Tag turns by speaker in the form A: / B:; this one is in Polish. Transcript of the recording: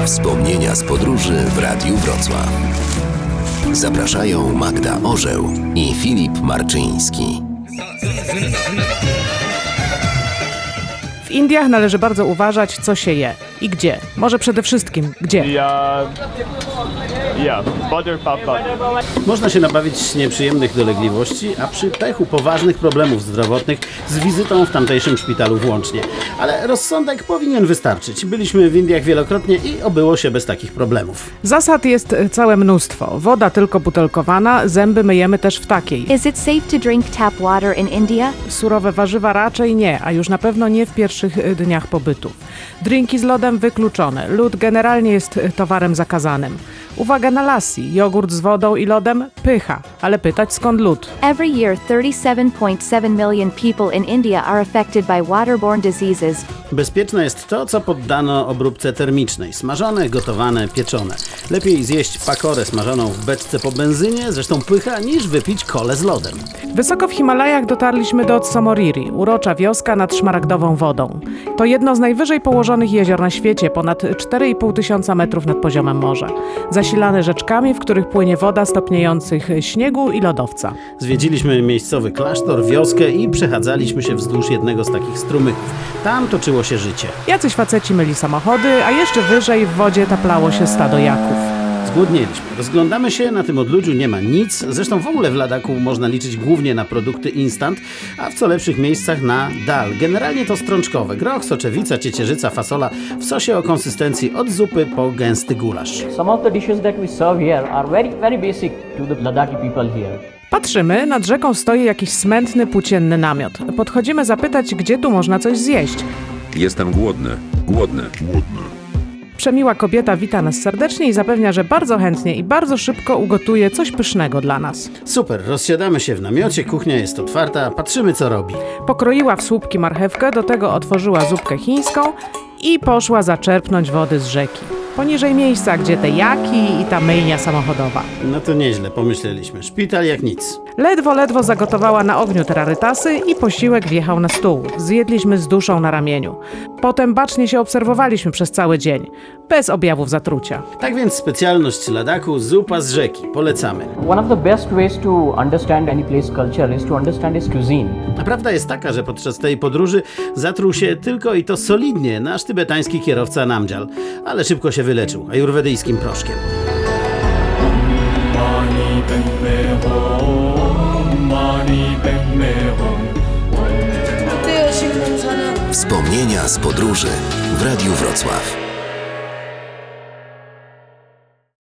A: Wspomnienia z podróży w Radiu Wrocław. Zapraszają Magda Orzeł i Filip Marczyński.
B: W Indiach należy bardzo uważać, co się je i gdzie. Może przede wszystkim gdzie.
C: Można się nabawić nieprzyjemnych dolegliwości, a przy pechu poważnych problemów zdrowotnych z wizytą w tamtejszym szpitalu włącznie. Ale rozsądek powinien wystarczyć. Byliśmy w Indiach wielokrotnie i obyło się bez takich problemów.
B: Zasad jest całe mnóstwo. Woda tylko butelkowana, zęby myjemy też w takiej.
D: Is it safe to drink tap water in India?
B: Surowe warzywa raczej nie, a już na pewno nie w pierwszych dniach pobytu. Drinki z lodem wykluczone. Lód generalnie jest towarem zakazanym. Uwaga na lassi. Jogurt z wodą i lodem? Pycha. Ale pytać skąd lód?
D: Every year, 37.7 million people in India are affected by waterborne diseases.
C: Bezpieczne jest to, co poddano obróbce termicznej. Smażone, gotowane, pieczone. Lepiej zjeść pakorę smażoną w beczce po benzynie, zresztą pycha, niż wypić kolę z lodem.
B: Wysoko w Himalajach dotarliśmy do Samoriri, urocza wioska nad szmaragdową wodą. To jedno z najwyżej położonych jezior na świecie, ponad 4,5 tysiąca metrów nad poziomem morza. Zasilane rzeczkami, w których płynie woda stopniejących śniegu i lodowca.
C: Zwiedziliśmy miejscowy klasztor, wioskę i przechadzaliśmy się wzdłuż jednego z takich strumyków. Tam toczyło się życie.
B: Jacyś faceci myli samochody, a jeszcze wyżej w wodzie taplało się stado jaków.
C: Zgłodnieliśmy. Rozglądamy się, na tym odludziu nie ma nic. Zresztą w ogóle w Ladaku można liczyć głównie na produkty instant, a w co lepszych miejscach na dal. Generalnie to strączkowe. Groch, soczewica, ciecierzyca, fasola w sosie o konsystencji od zupy po gęsty gulasz.
E: Some of the dishes that we serve here are very basic to the Ladakhi people here.
B: Patrzymy, nad rzeką stoi jakiś smętny, płócienny namiot. Podchodzimy zapytać, gdzie tu można coś zjeść.
F: Jestem głodny.
B: Przemiła kobieta wita nas serdecznie i zapewnia, że bardzo chętnie i bardzo szybko ugotuje coś pysznego dla nas.
C: Super, rozsiadamy się w namiocie, kuchnia jest otwarta, patrzymy co robi.
B: Pokroiła w słupki marchewkę, do tego otworzyła zupkę chińską i poszła zaczerpnąć wody z rzeki. Poniżej miejsca, gdzie te jaki i ta myjnia samochodowa.
C: No to nieźle, pomyśleliśmy. Szpital jak nic.
B: Ledwo zagotowała na ogniu te rarytasy i posiłek wjechał na stół. Zjedliśmy z duszą na ramieniu. Potem bacznie się obserwowaliśmy przez cały dzień. Bez objawów zatrucia.
C: Tak więc specjalność Ladaku, zupa z rzeki. Polecamy.
E: One of the best ways to understand any place culture is to understand its cuisine.
C: A prawda jest taka, że podczas tej podróży zatruł się tylko i to solidnie nasz tybetański kierowca Namdżal. Ale szybko się wyleczył ajurwedyjskim proszkiem.
A: Wspomnienia z podróży w Radiu Wrocław.